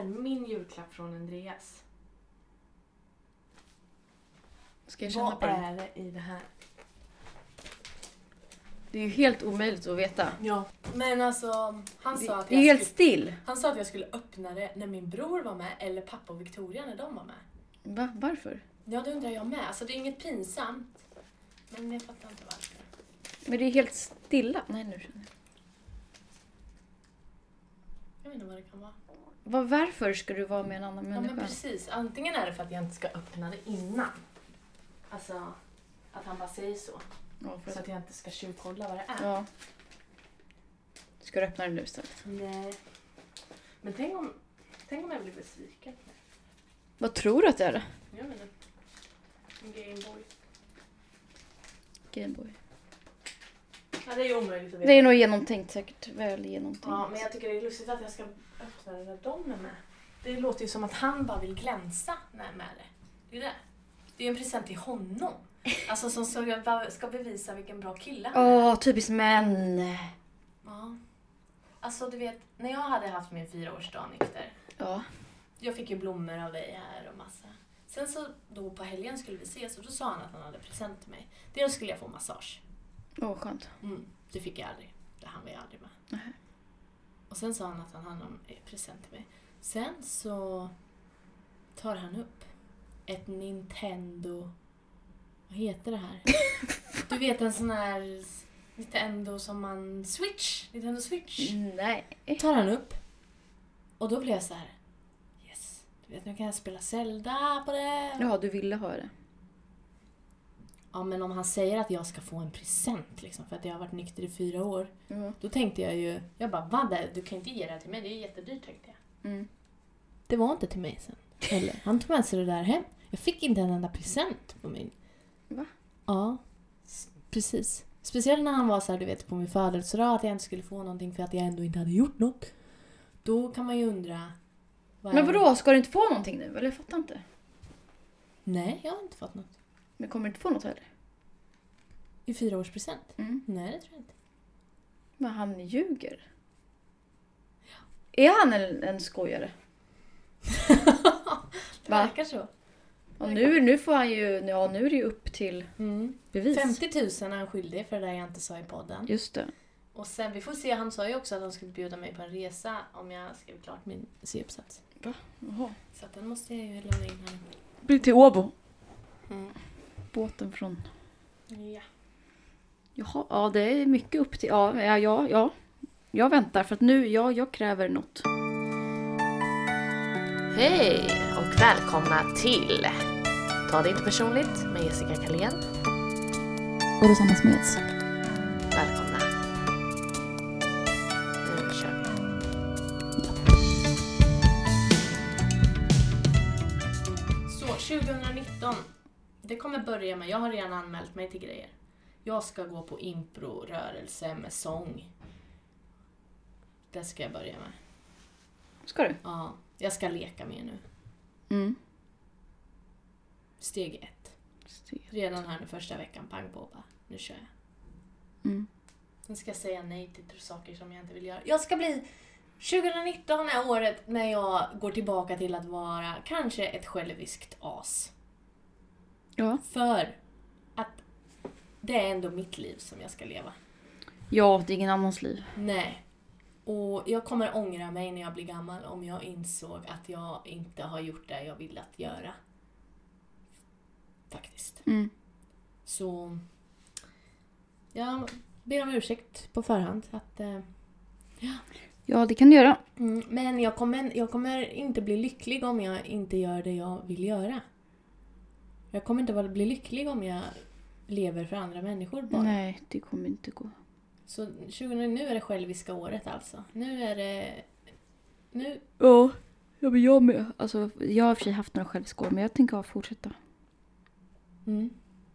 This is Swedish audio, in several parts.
min julklapp från Andreas. Ska jag känna Vad på den? är det i det här? Det är ju helt omöjligt att veta. Ja. Men alltså, han sa att Det är helt still. han sa att jag skulle öppna det när min bror var med eller pappa och Victoria när de var med. Va? Varför? Ja, det undrar jag med. Alltså det är inget pinsamt. Men jag fattar inte varför. Men det är helt stilla. Nej, nu känner jag. Jag vet inte vad det kan vara. Varför ska du vara med en annan Ja, människa? men precis. Antingen är det för att jag inte ska öppna det innan. Alltså, att han bara säger så. Ja, för Så att jag inte ska tjuvkolla vad det är. Ja. Ska du öppna den nu istället? Nej. Men tänk om jag blir besviken. Vad tror du att det är? Jag vet inte. En Gameboy. Gameboy. Ja, det är ju omöjligt att veta. Det är nog genomtänkt säkert. Väl genomtänkt. Ja, men jag tycker det är lustigt att jag ska öppna det när de är med. Det låter ju som att han bara vill glänsa med det. Det är det. Det är ju en present till honom. Alltså som ska bevisa vilken bra kille han är. Åh, typiskt män. Ja. Alltså du vet, när jag hade haft min 4-årsdag nykter. Ja. Jag fick ju blommor av dig här och massa. Sen så då på helgen skulle vi ses och då sa han att han hade present till mig. Dels skulle jag få massage. Åh, skönt. Det fick jag aldrig. Det hann vi aldrig med. Nej. Och sen sa han att han hade en present till mig. Sen så tar han upp ett Nintendo. Vad heter det här? Du vet en sån här Nintendo som man Switch. Nintendo Switch. Nej. Tar han upp. Och då blir jag så här. Yes. Du vet, nu kan jag spela Zelda på det. Ja, du ville ha det. Ja, men om han säger att jag ska få en present liksom, för att jag har varit nykter i 4 år. Ja. Då tänkte jag ju, jag bara, vad? Du kan inte ge det här till mig, det är jättedyrt, tänkte jag. Mm. Det var inte till mig sen. Eller, han tog med sig det där hem. Jag fick inte en enda present på min. Va? Ja, precis. Speciellt när han var så här, du vet, på min födelsedag, att jag inte skulle få någonting för att jag ändå inte hade gjort något. Då kan man ju undra. Men vadå, ska du inte få någonting nu? Eller jag fattar inte. Nej, jag har inte fått något. Men kommer du inte få något heller? I 4-årspresent? Mm. Nej, det tror jag inte. Men han ljuger. Ja. Är han en skojare? Det verkar så. Och nu får han ju, ja, nu är det ju upp till bevis. 50 000 är han skyldig för det där jag inte sa i podden. Just det. Och sen, vi får se, han sa ju också att han skulle bjuda mig på en resa om jag skrev klart min C-uppsats. Va? Jaha. Så att den måste jag ju lämna in här. Det blir till Åbo. Mm. Båten från... Ja. Jaha, ja det är mycket upp till... Ja. Jag väntar för att nu, jag kräver något. Hej och välkomna till Ta det inte personligt med Jessica Kalén Och Rosanna Smeds. Välkomna. Nu kör vi. Så 2019. Det kommer börja med, jag har redan anmält mig till grejer. Jag ska gå på impro-rörelse med sång. Det ska jag börja med. Ska du? Ja, jag ska leka med nu. Mm. Steg 1. Redan här nu första veckan, pang på bara. Nu kör jag. Mm. Sen ska jag säga nej till saker som jag inte vill göra. Jag ska bli... 2019 är året när jag går tillbaka till att vara kanske ett själviskt as. Ja. För att det är ändå mitt liv som jag ska leva. Ja, det är ingen annans liv. Nej. Och jag kommer ångra mig när jag blir gammal om jag insåg att jag inte har gjort det jag ville att göra. Faktiskt. Mm. Så jag ber om ursäkt på förhand. Att, Ja, det kan du göra. Men jag kommer inte bli lycklig om jag inte gör det jag vill göra. Jag kommer inte bli lycklig om jag lever för andra människor bara. Nej, det kommer inte gå. Så nu är det själviska året alltså. Nu är det... Ja, men jag med. Alltså, jag har i och för sig haft några självskår, men jag tänker fortsätta. Mm.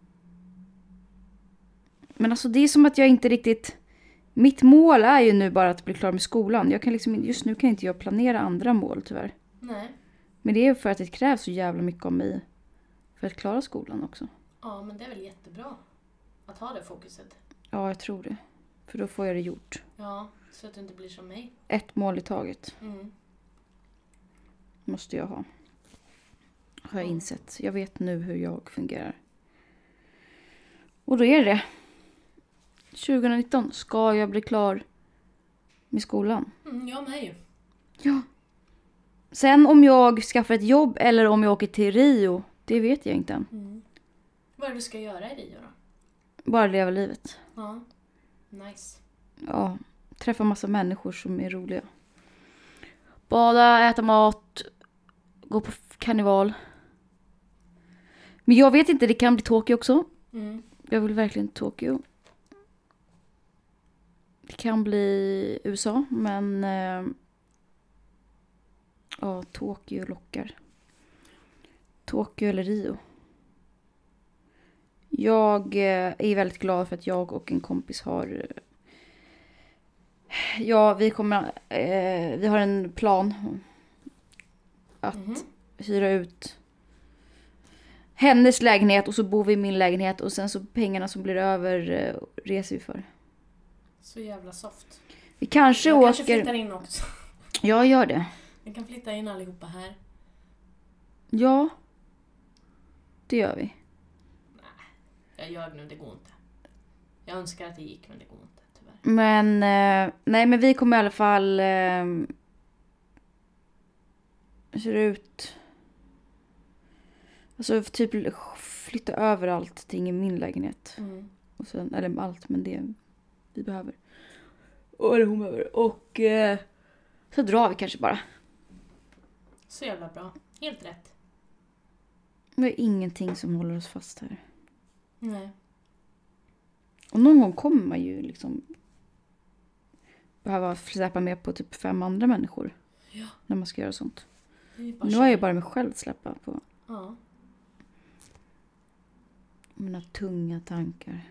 Men alltså det är som att jag inte riktigt... Mitt mål är ju nu bara att bli klar med skolan. Jag kan liksom, just nu kan inte jag planera andra mål tyvärr. Nej. Men det är för att det krävs så jävla mycket av mig för att klara skolan också. Ja, men det är väl jättebra att ha det fokuset. Ja, jag tror det. För då får jag det gjort. Ja, så att du inte blir som mig. Ett mål i taget. Mm. måste jag ha. Har jag insett. Jag vet nu hur jag fungerar. Och då är det. 2019 ska jag bli klar med skolan. Jag med ju. Ja. Sen om jag skaffar ett jobb eller om jag åker till Rio, det vet jag inte än. Vad är det du ska göra i Rio då? Bara leva livet. Ja, nice. Ja, träffa massa människor som är roliga. Bada, äta mat, gå på karneval. Men jag vet inte, det kan bli Tokyo också. Jag vill verkligen Tokyo. Det kan bli USA, men ja, Tokyo lockar. Tokyo eller Rio. Jag är väldigt glad för att jag och en kompis har... Ja, vi har en plan att hyra ut hennes lägenhet och så bor vi i min lägenhet och sen så pengarna som blir över reser vi för. Så jävla soft. Vi kanske jag åker... kanske flyttar in också. Jag gör det. Vi kan flytta in allihopa här. Ja. Det gör vi. Jag ljög nu, det går inte. Jag önskar att det gick, men det går inte, tyvärr. Men, nej men vi kommer i alla fall ser ut... Alltså typ flytta över allting i min lägenhet. Och sen, eller allt, men det vi behöver. Och det hon behöver. Och så drar vi kanske bara. Så jävla bra. Helt rätt. Det är ingenting som håller oss fast här. Nej. Och någon gång kommer man ju liksom behöva släppa med på typ 5 andra människor. Ja. När man ska göra sånt. Nu har jag bara mig själv släppa på. Ja. Mina tunga tankar.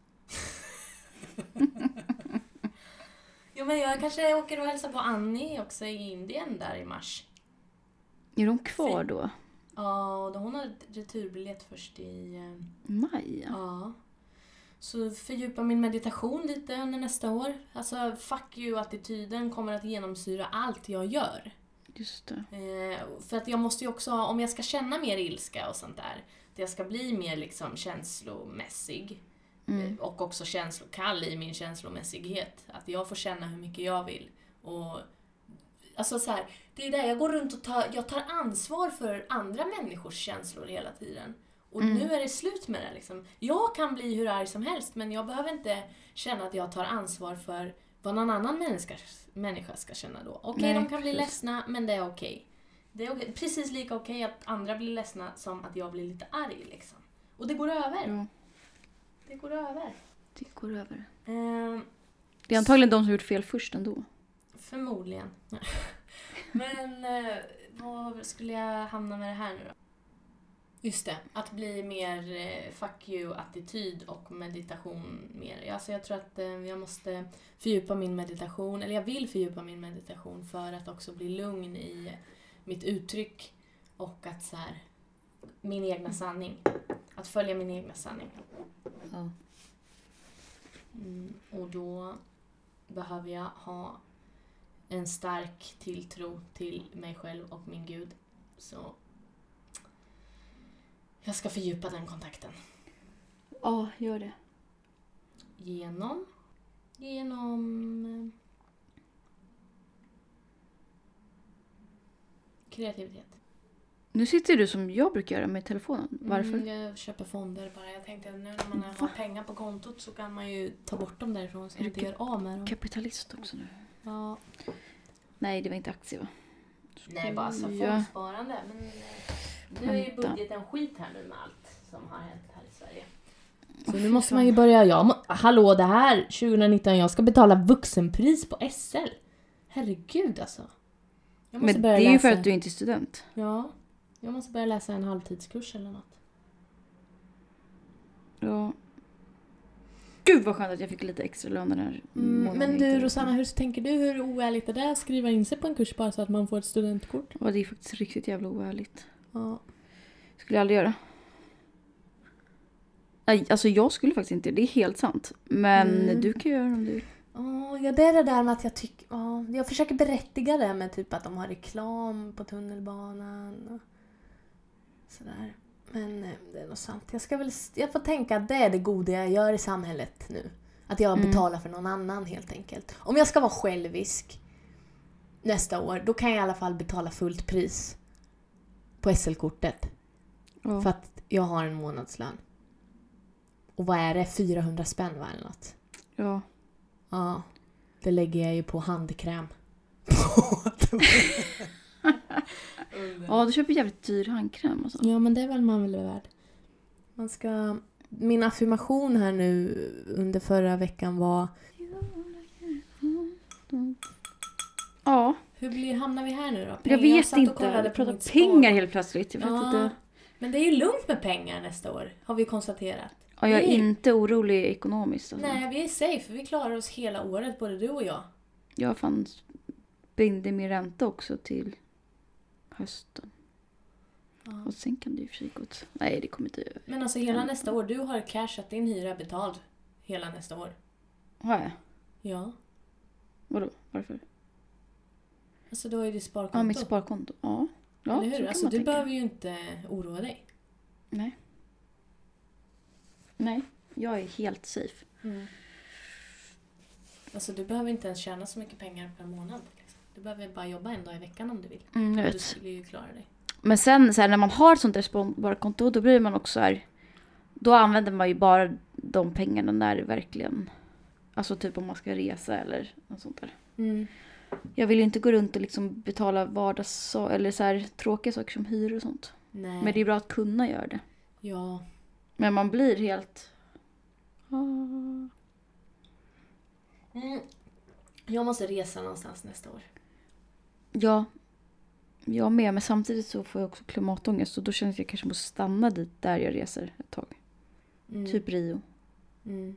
Jo, men jag kanske åker och hälsar på Annie också i Indien där i mars. Är de kvar då? Ja, då hon har returbiljett först i... maj? Ja. Så fördjupa min meditation lite under nästa år. Alltså, fuck you-attityden kommer att genomsyra allt jag gör. Just det. För att jag måste ju också, om jag ska känna mer ilska och sånt där, att jag ska bli mer liksom känslomässig och också känslokall i min känslomässighet. Att jag får känna hur mycket jag vill. Och alltså så här, det är där jag går runt och jag tar ansvar för andra människors känslor hela tiden. Och nu är det slut med det liksom. Jag kan bli hur arg som helst, men jag behöver inte känna att jag tar ansvar för vad någon annan människa ska känna då. Okej, de kan bli ledsna, men det är okej. Det är okej. Precis lika okej att andra blir ledsna som att jag blir lite arg liksom. Och det går över. Ja. Det går över. Det går över. Det är antagligen de som gjort fel först ändå. Förmodligen. Men vad skulle jag hamna med det här nu då? Just det, att bli mer fuck you-attityd och meditation mer. Alltså jag tror att jag måste fördjupa min meditation, eller jag vill fördjupa min meditation för att också bli lugn i mitt uttryck och att så här, min egna sanning. Att följa min egna sanning. Ja. Och då behöver jag ha en stark tilltro till mig själv och min Gud. Så jag ska fördjupa den kontakten. Ja, gör det. Genom kreativitet. Nu sitter du som jag brukar göra med telefonen. Varför? Jag köper fonder bara. Jag tänkte att nu när man har pengar på kontot så kan man ju ta bort dem därifrån så man inte gör av med dem. Kapitalist också nu. Ja. Nej, det var inte aktie va? Nej, bara så fondsparande. Men nu är ju budgeten skit här nu med allt som har hänt här i Sverige. Så nu måste man ju börja... Hallå, det här 2019, jag ska betala vuxenpris på SL. Herregud alltså. Men det är ju för att du inte är student. Ja, jag måste börja läsa en halvtidskurs eller något. Ja. Gud vad skönt att jag fick lite extra lön den här månaden. Men du Rosanna, hur tänker du? Hur oärligt är det att skriva in sig på en kurs bara så att man får ett studentkort? Ja, det är faktiskt riktigt jävla oärligt. Ja. Skulle jag aldrig göra. Nej, alltså jag skulle faktiskt inte. Det är helt sant. Men du kan göra om du vill. Ja, det är det där med att jag tycker... jag försöker berättiga det med typ att de har reklam på tunnelbanan och sådär. Men det är nog sant. Jag får tänka att det är det goda jag gör i samhället nu. Att jag betalar för någon annan helt enkelt. Om jag ska vara självisk nästa år, då kan jag i alla fall betala fullt pris på SL-kortet. Ja. För att jag har en månadslön. Och vad är det? 400 spänn var eller något? Ja. Ja, det lägger jag ju på handkräm. Ja, du köper jävligt dyr handkräm och så. Ja, men det är väl man väl värd. Min affirmation här nu under förra veckan var... Ja. Hamnar vi här nu då? Jag vet satt och inte. kollade Du på pratar mitt pengar spar. helt plötsligt. Jag vet Ja, inte. men det är ju lugnt med pengar nästa år, har vi konstaterat. Ja, jag är inte orolig ekonomiskt. Alltså. Nej, vi är safe. Vi klarar oss hela året, både du och jag. Jag fann bindde min ränta också till hösten. Ja. Och sen kan det ju för sig gå. Nej, det kommer inte... Men alltså hela nästa år, du har cashat din hyra betald hela nästa år. Har jag? Ja. Vadå? Varför? Alltså du har ju ditt sparkonto. Ja, mitt sparkonto. Ja. Ja, eller så hur? kan Alltså man du tänka. behöver ju inte oroa dig. Nej. Nej, jag är helt safe. Mm. Alltså du behöver inte ens tjäna så mycket pengar per månad. Liksom. Du behöver bara jobba en dag i veckan om du vill. Jag Du vet. skulle ju klara dig. Men sen så här, när man har ett sånt där sparkonto, då blir man också här... Då använder man ju bara de pengarna när det verkligen... Alltså typ om man ska resa eller något sånt där. Mm. Jag vill ju inte gå runt och liksom betala eller så här tråkiga saker som hyra och sånt. Nej. Men det är bra att kunna göra det. Ja. Men man blir helt... Jag måste resa någonstans nästa år. Ja, jag med. Men samtidigt så får jag också klimatångest. Och då känns jag kanske måste stanna dit där jag reser ett tag. Mm. Typ Rio. Mm.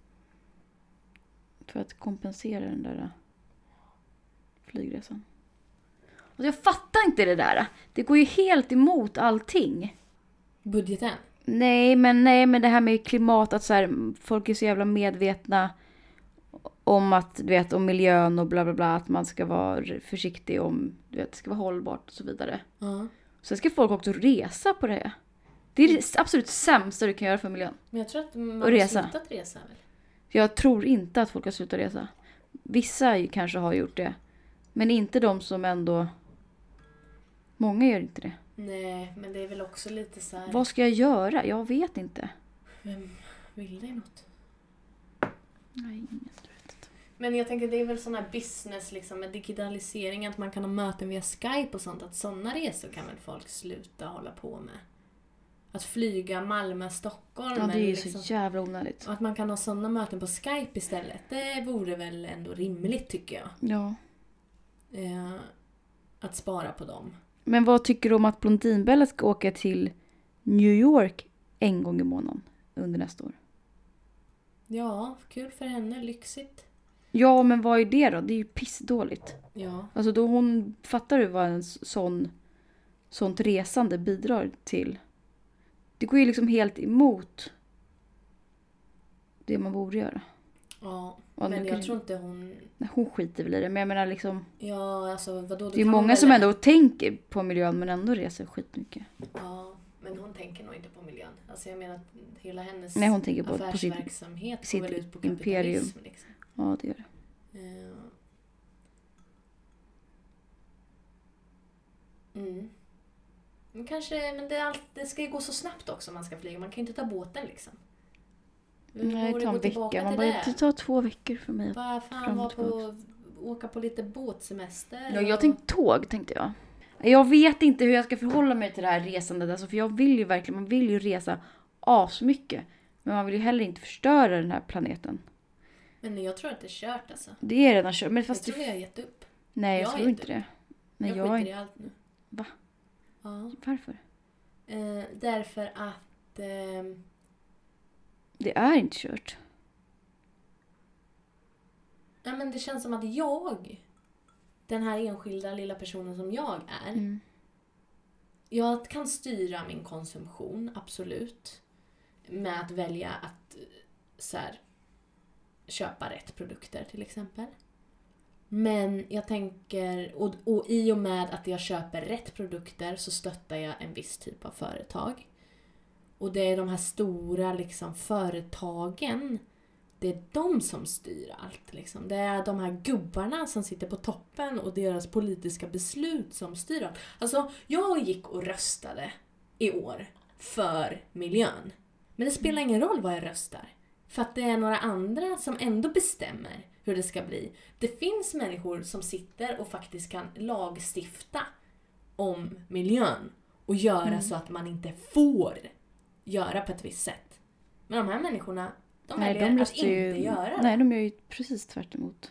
För att kompensera den där flygresan. Och jag fattar inte det där. Det går ju helt emot allting. Budgeten? Nej, men det här med klimat. Att så här, folk är så jävla medvetna om att, du vet, om miljön och bla bla bla. Att man ska vara försiktig om, du vet, det ska vara hållbart och så vidare. Ja. Sen ska folk också resa på det. Det är det absolut sämsta du kan göra för miljön. Men jag tror att man Och har resa. slutat resa väl? Jag tror inte att folk har slutat resa. Vissa kanske har gjort det. Men inte de som ändå... Många gör inte det. Nej, men det är väl också lite så här... Vad ska jag göra? Jag vet inte. Vem vill dig något? Nej, ingen vet inte. Men jag tänker det är väl sån här business liksom med digitalisering, att man kan ha möten via Skype och sånt, att sådana resor kan väl folk sluta hålla på med. Att flyga Malmö-Stockholm. Ja, det är ju liksom, så jävla onödigt. och att man kan ha sådana möten på Skype istället. Det vore väl ändå rimligt tycker jag. Ja. Att spara på dem. Men vad tycker du om att Blondinbella ska åka till New York en gång i månaden under nästa år? Ja, kul för henne, lyxigt. Ja, men vad är det då? Det är ju pissdåligt. Ja. Alltså då fattar du vad en sånt resande bidrar till? Det går ju liksom helt emot det man borde göra. Ja, Och men nu jag tror inte hon... Nej, hon skiter väl i det. Men jag menar liksom... Ja, alltså vadå? Det är många som ändå tänker på miljön men ändå reser skitmycket. Ja, men hon tänker nog inte på miljön. Alltså jag menar att hela hennes Nej, hon tänker på affärsverksamhet sitt går väl ut på imperium. kapitalism. Liksom. Ja, det gör det. Mm. Men det ska ju gå så snabbt också om man ska flyga. Man kan ju inte ta båten liksom. Nej, det tar en vecka. Man bara, det tar 2 veckor för mig. Vad fan åka på lite båtsemester? Ja, jag tänkte tåg, tänkte jag. Jag vet inte hur jag ska förhålla mig till det här resandet. Alltså, för jag vill ju verkligen, man vill ju resa asmycket. Men man vill ju heller inte förstöra den här planeten. Men jag tror att det är kört alltså. Det är redan kört. Men Jag tror jag har gett upp. Nej, jag jag tror har inte gett det. Nej, jag skiter i allt nu. Va? Ja. Varför? Därför att... Det är inte kört. Ja, men det känns som att den här enskilda lilla personen som jag är, jag kan styra min konsumtion, absolut. Med att välja att så här, köpa rätt produkter till exempel. Men jag tänker, och i och med att jag köper rätt produkter så stöttar jag en viss typ av företag. Och det är de här stora liksom, företagen, det är de som styr allt. Liksom. Det är de här gubbarna som sitter på toppen och deras politiska beslut som styr allt. Alltså, jag gick och röstade i år för miljön. Men det spelar ingen roll vad jag röstar. För att det är några andra som ändå bestämmer hur det ska bli. Det finns människor som sitter och faktiskt kan lagstifta om miljön. Och göra så att man inte får göra på ett visst sätt. Men de här människorna, de väljer att inte göra det. Nej, de gör ju precis tvärt emot.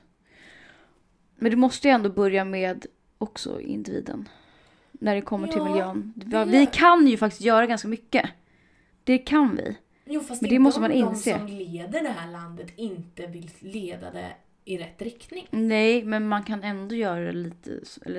Men det måste ju ändå börja med också individen. När det kommer till miljön. Vi kan ju faktiskt göra ganska mycket. Det kan vi. Jo, fast men det måste man inse. De som leder det här landet inte vill leda det i rätt riktning. Nej, men man kan ändå göra lite eller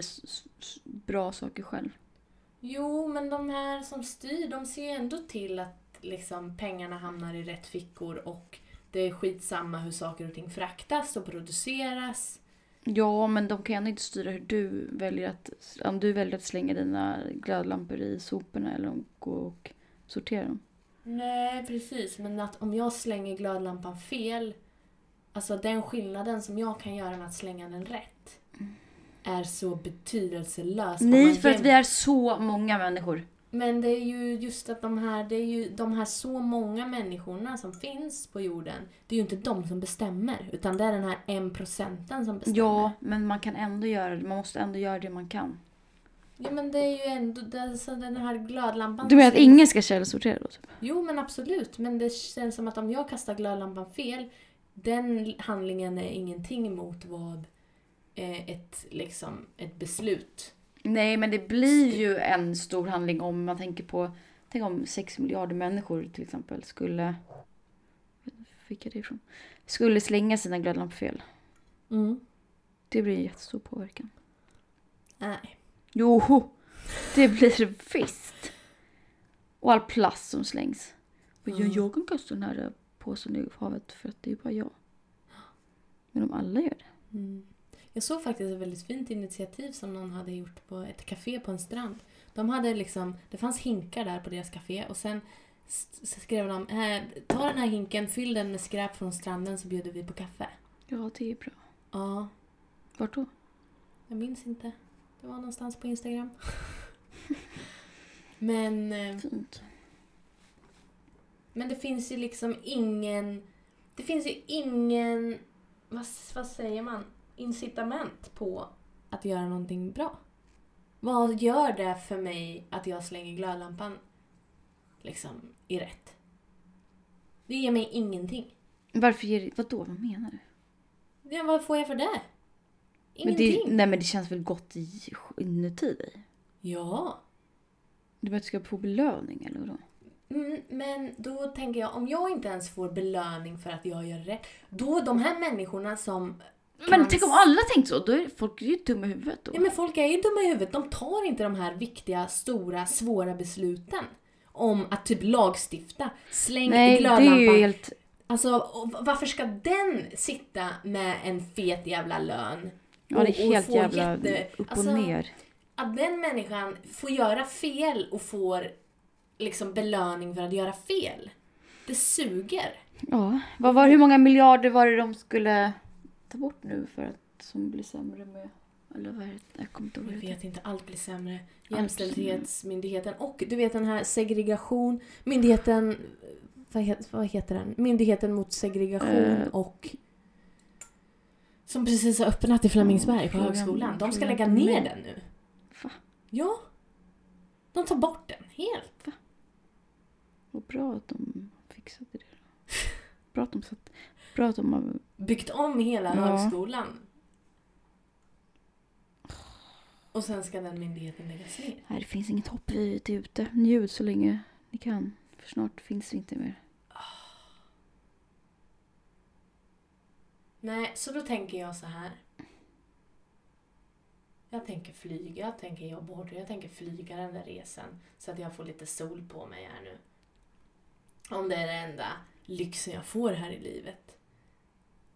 bra saker själv. Jo, men de här som styr, de ser ju ändå till att liksom, pengarna hamnar i rätt fickor och det är skitsamma hur saker och ting fraktas och produceras. Ja, men de kan ändå inte styra hur du väljer om du väljer att slänga dina glödlampor i soporna eller gå och sortera dem. Nej, precis. Men att om jag slänger glödlampan fel, alltså den skillnaden som jag kan göra med att slänga den rätt är så betydelselös. Nej, för att vi är så många människor. Men det är ju just att de här så många människorna som finns på jorden, det är ju inte de som bestämmer, utan det är den här 1% som bestämmer. Ja, men man kan ändå göra det. Man måste ändå göra det man kan. Ja, men det är ju ändå så den här glödlampan. Du menar att ingen ska källsortera då? Typ? Jo, men absolut. Men det känns som att om jag kastar glödlampan fel, den handlingen är ingenting emot vad ett beslut. Nej, men det blir ju en stor handling om man tänker på... Tänk om 6 miljarder människor till exempel skulle slänga sina glödlampor fel. Mm. Det blir en jättestor påverkan. Nej. Jo, det blir visst. Och all plast som slängs. Och jag kan kasta den här påsen i havet för att det är bara jag. Men om alla gör det. Mm. Jag såg faktiskt ett väldigt fint initiativ som någon hade gjort på ett café på en strand. De hade det fanns hinkar där på deras café och sen skrev de, ta den här hinken, fyll den med skräp från stranden så bjuder vi på kaffe. Ja, det är bra. Ja. Vart då? Jag minns inte. Det var någonstans på Instagram. Men fint. Men det finns ju liksom ingen vad säger man? Incitament på att göra någonting bra. Vad gör det för mig att jag slänger glödlampan liksom i rätt? Det ger mig ingenting. Vadå? Vad menar du? Ja, vad får jag för det? Ingenting. Men det känns väl gott inuti dig? Ja. Du vet, ska få belöning eller vadå? Men då tänker jag, om jag inte ens får belöning för att jag gör rätt, då de här människorna som... Men tänk om alla tänkte så, då är folk ju dumma i huvudet då. Ja, men folk är ju dumma i huvudet. De tar inte de här viktiga, stora, svåra besluten om att typ lagstifta. Släng glödlampan. Nej, det är ju helt... Alltså, varför ska den sitta med en fet jävla lön? Ja, det är helt jävla upp och ner. Att den människan får göra fel och får liksom belöning för att göra fel. Det suger. Ja, hur många miljarder var det de skulle ta bort nu för att som blir sämre med... Eller vad är det? Jag kommer inte ihåg. Jag vet inte, allt blir sämre. Jämställdhetsmyndigheten och du vet den här segregation... Myndigheten... Vad heter den? Myndigheten mot segregation och... Som precis har öppnat i Flemingsberg på högskolan. De ska lägga ner den nu. Va? Ja. De tar bort den helt. Va? Och bra att de fixade det. Bra att de har... Byggt om hela högskolan. Och sen ska den myndigheten läggas ner. Nej, det finns inget hopp ute. Njut så länge ni kan. För snart finns det inte mer. Nej, så då tänker jag så här. Jag tänker flyga, jag tänker jobba hårt, jag tänker flyga den där resan så att jag får lite sol på mig här nu. Om det är det enda lyxen jag får här i livet.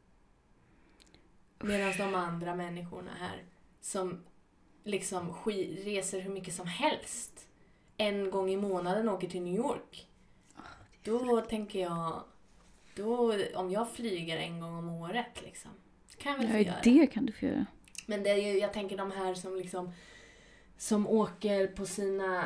Medan de andra människorna här som liksom reser hur mycket som helst. En gång i månaden åker till New York. Då tänker jag, om jag flyger en gång om året liksom, kan jag väl få göra. Det kan du få göra. Men det är ju, jag tänker de här som liksom, som åker på sina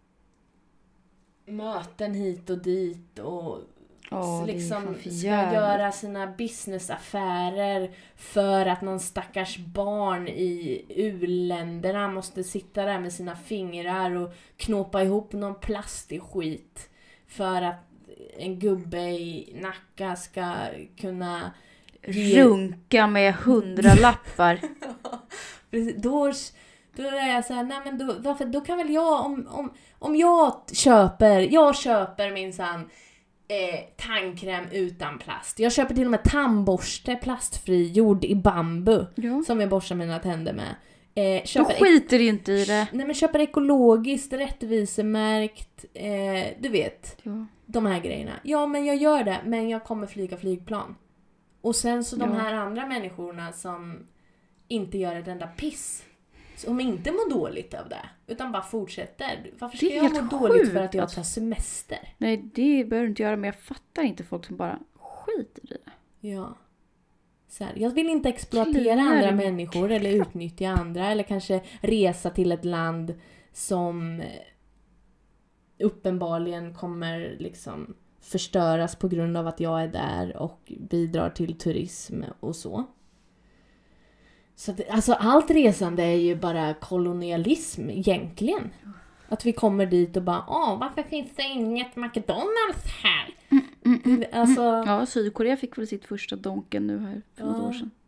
möten hit och dit och liksom ska göra sina businessaffärer för att någon stackars barn i u-länderna måste sitta där med sina fingrar och knåpa ihop någon plastig skit för att en gubbe i Nacka ska kunna runka med 100 lappar. Då är jag så här, nej men då kan väl jag om jag köper minsann tandkräm utan plast. Jag köper till och med tandborste plastfri gjord i bambu som jag borstar mina tänder med. Då skiter du inte i det. Nej, men köper ekologiskt, rättvisemärkt, du vet. Ja. De här grejerna. Ja, men jag gör det, men jag kommer flyga flygplan. Och sen så de här andra människorna som inte gör ett enda piss. Som inte mår dåligt av det. Utan bara fortsätter. Varför ska jag må dåligt för att jag tar semester? Nej, det behöver du inte göra. Men jag fattar inte folk som bara skiter i det. Ja. Så här, jag vill inte exploatera andra människor. Eller utnyttja andra. Eller kanske resa till ett land som uppenbarligen kommer liksom förstöras på grund av att jag är där och bidrar till turism och så. Så att, alltså allt resande är ju bara kolonialism egentligen. Att vi kommer dit och bara, varför finns det inget McDonalds här? Alltså, ja, Sydkorea fick väl sitt första donken nu här för något år sedan.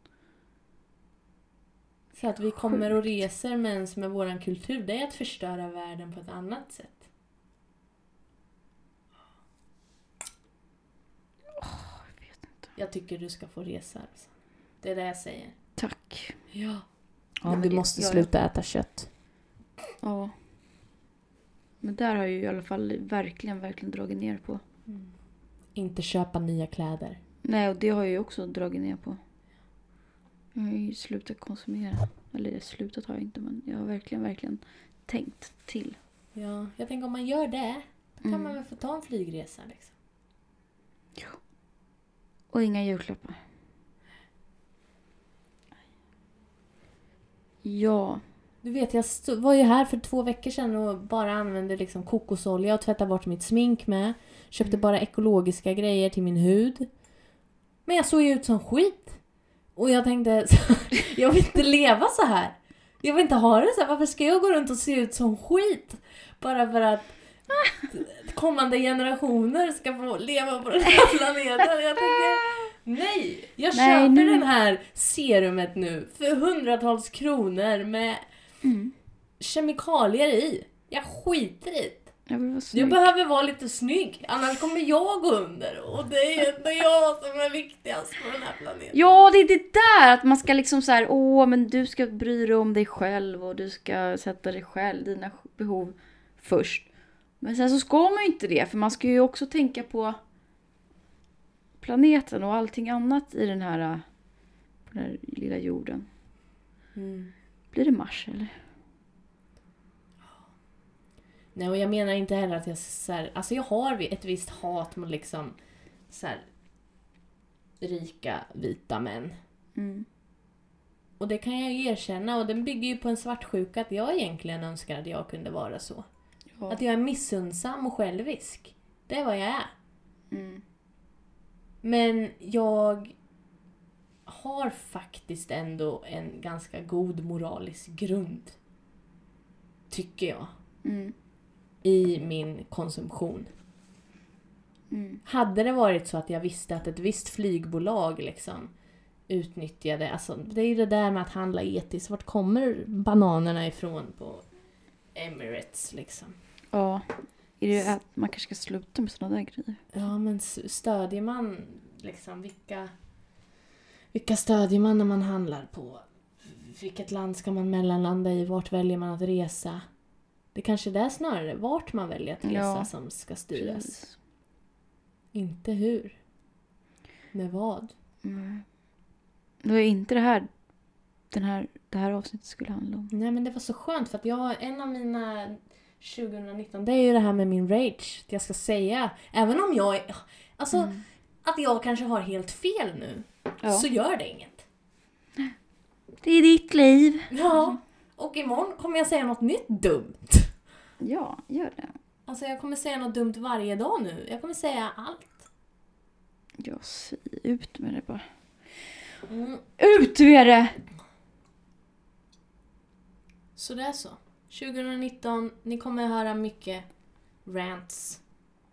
Så att vi kommer och reser med våran kultur, det är att förstöra världen på ett annat sätt. Jag vet inte. Jag tycker du ska få resa. Alltså. Det är det jag säger. Tack. Ja. Men du måste sluta äta kött. Ja. Men där har jag ju i alla fall verkligen dragit ner på. Inte köpa nya kläder. Nej, och det har jag ju också dragit ner på. Jag har ju slutat konsumera. Eller slutat har jag inte, men jag har verkligen tänkt till. Ja, jag tänker om man gör det, då kan man väl få ta en flygresa liksom. Ja. Och inga julklappar. Ja. Du vet, jag var ju här för 2 veckor sedan och bara använde liksom kokosolja och tvättade bort mitt smink med. Köpte bara ekologiska grejer till min hud. Men jag såg ju ut som skit. Och jag tänkte, jag vill inte leva så här. Jag vill inte ha det så här. Varför ska jag gå runt och se ut som skit? Bara för att kommande generationer ska få leva på den här planeten. Jag tänker... Nej, jag köper den här serumet nu för 100-tals kronor med kemikalier i. Jag skiter i det. Jag behöver vara lite snygg, annars kommer jag gå under. Och det är inte jag som är viktigast på den här planeten. Ja, det är det där att man ska liksom så här, men du ska bry dig om dig själv och du ska sätta dig själv, dina behov först. Men sen så ska man ju inte det, för man ska ju också tänka på planeten och allting annat i den här, på den här lilla jorden. Blir det Mars eller? Nej, och jag menar inte heller att jag så här, alltså jag har ett visst hat mot liksom så här rika vita män. Och det kan jag ju erkänna, och den bygger ju på en svartsjuka att jag egentligen önskar att jag kunde vara så. Ja. Att jag är missunnsam och självisk. Det är vad jag är. Men jag har faktiskt ändå en ganska god moralisk grund. Tycker jag. I min konsumtion. Hade det varit så att jag visste att ett visst flygbolag liksom utnyttjade, alltså det är ju det där med att handla etiskt. Vart kommer bananerna ifrån på Emirates liksom? Ja, är det att man kanske ska sluta med sådana där grejer? Ja, men stödjer man liksom, vilka stödjer man när man handlar på? Vilket land ska man mellanlanda i? Vart väljer man att resa? Det kanske är snarare vart man väljer att resa som ska styras. Precis. Inte hur. Med vad. Det var inte det här avsnittet skulle handla om. Nej, men det var så skönt för att en av mina 2019, det är ju det här med min rage. Att jag ska säga, även om jag att jag kanske har helt fel nu, så gör det inget. Det är ditt liv. Ja, och imorgon kommer jag säga något nytt dumt. Ja, gör det. Alltså jag kommer säga något dumt varje dag nu. Jag kommer säga allt. Ja, ut med det bara. Ut med det! Så det är så. 2019, ni kommer höra mycket rants.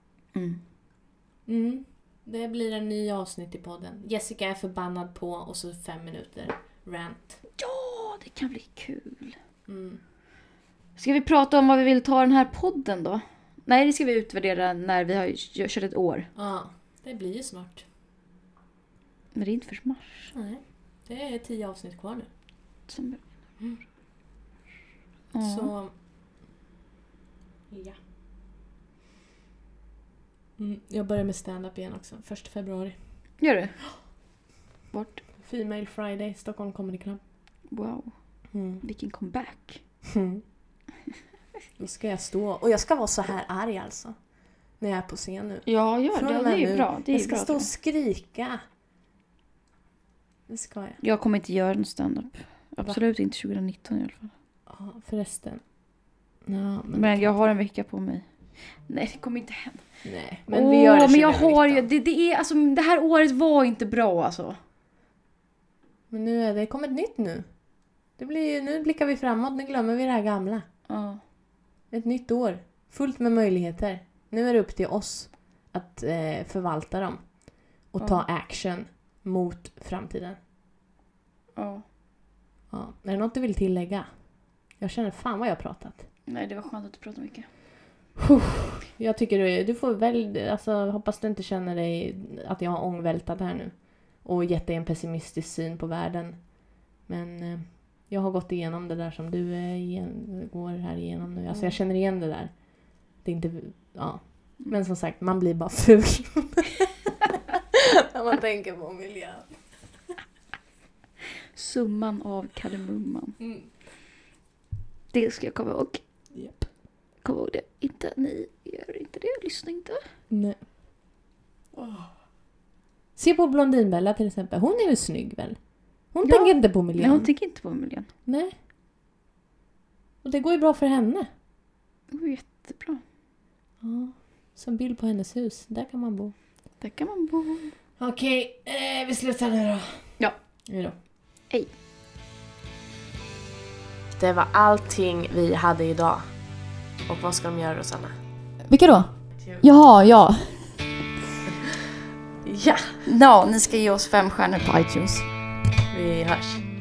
Det blir en ny avsnitt i podden. Jessica är förbannad på och så 5 minuter rant. Ja, det kan bli kul. Ska vi prata om vad vi vill ta den här podden då? Nej, det ska vi utvärdera när vi har kört ett år. Ja, det blir ju snart. Men det är inte för mars. Nej, det är 10 avsnitt kvar nu. Så, ja. Jag börjar med stand-up igen också. 1 februari. Gör du? Vart? Female Friday, Stockholm Comedy Club. Wow. Vilken comeback. Då ska jag stå. Och jag ska vara så här arg alltså. När jag är på scen nu. Ja, gör det. Det är ju bra. Jag ska stå och skrika. Det ska jag. Jag kommer inte göra en stand-up. Absolut inte 2019 i alla fall. Ja, förresten. Ja, men jag har en vecka på mig. Nej, det kommer inte hända. Nej, men vi gör det 2019. Men jag har ju, det är, alltså, det här året var inte bra alltså. Men nu är det kommit nytt nu. Det blir ju, nu blickar vi framåt, nu glömmer vi det här gamla. Ja. Ett nytt år. Fullt med möjligheter. Nu är det upp till oss att förvalta dem. Och ta action mot framtiden. Ja. Ja. Är det något du vill tillägga? Jag känner fan vad jag har pratat. Nej, det var skönt att du pratade mycket. Jag tycker du får väl, alltså, hoppas du inte känner dig att jag har ångvältat här nu. Och gett dig en pessimistisk syn på världen. Men jag har gått igenom det där som du går här igenom nu. Alltså jag känner igen det där. Det är inte, ja. Men som sagt, man blir bara ful. När man tänker på miljön. Summan av kardemumman. Det ska jag komma ihåg. Yep. Kom ihåg det. Inte, ni gör inte det. Lyssna inte. Nej. Se på Blondinbella till exempel. Hon är ju snygg väl? Hon tänker inte på miljön. Nej, hon tänker inte på miljön. Nej. Och det går ju bra för henne. Det går jättebra. Ja. Som bild på hennes hus. Där kan man bo. Där kan man bo. Okej, vi slutar nu då. Ja. Hejdå. Hej. Det var allting vi hade idag. Och vad ska de göra, Rosanna? Vilka då? Jaha, ja. Ja. Ja, ni ska ge oss 5 stjärnor på iTunes. Vi hörs.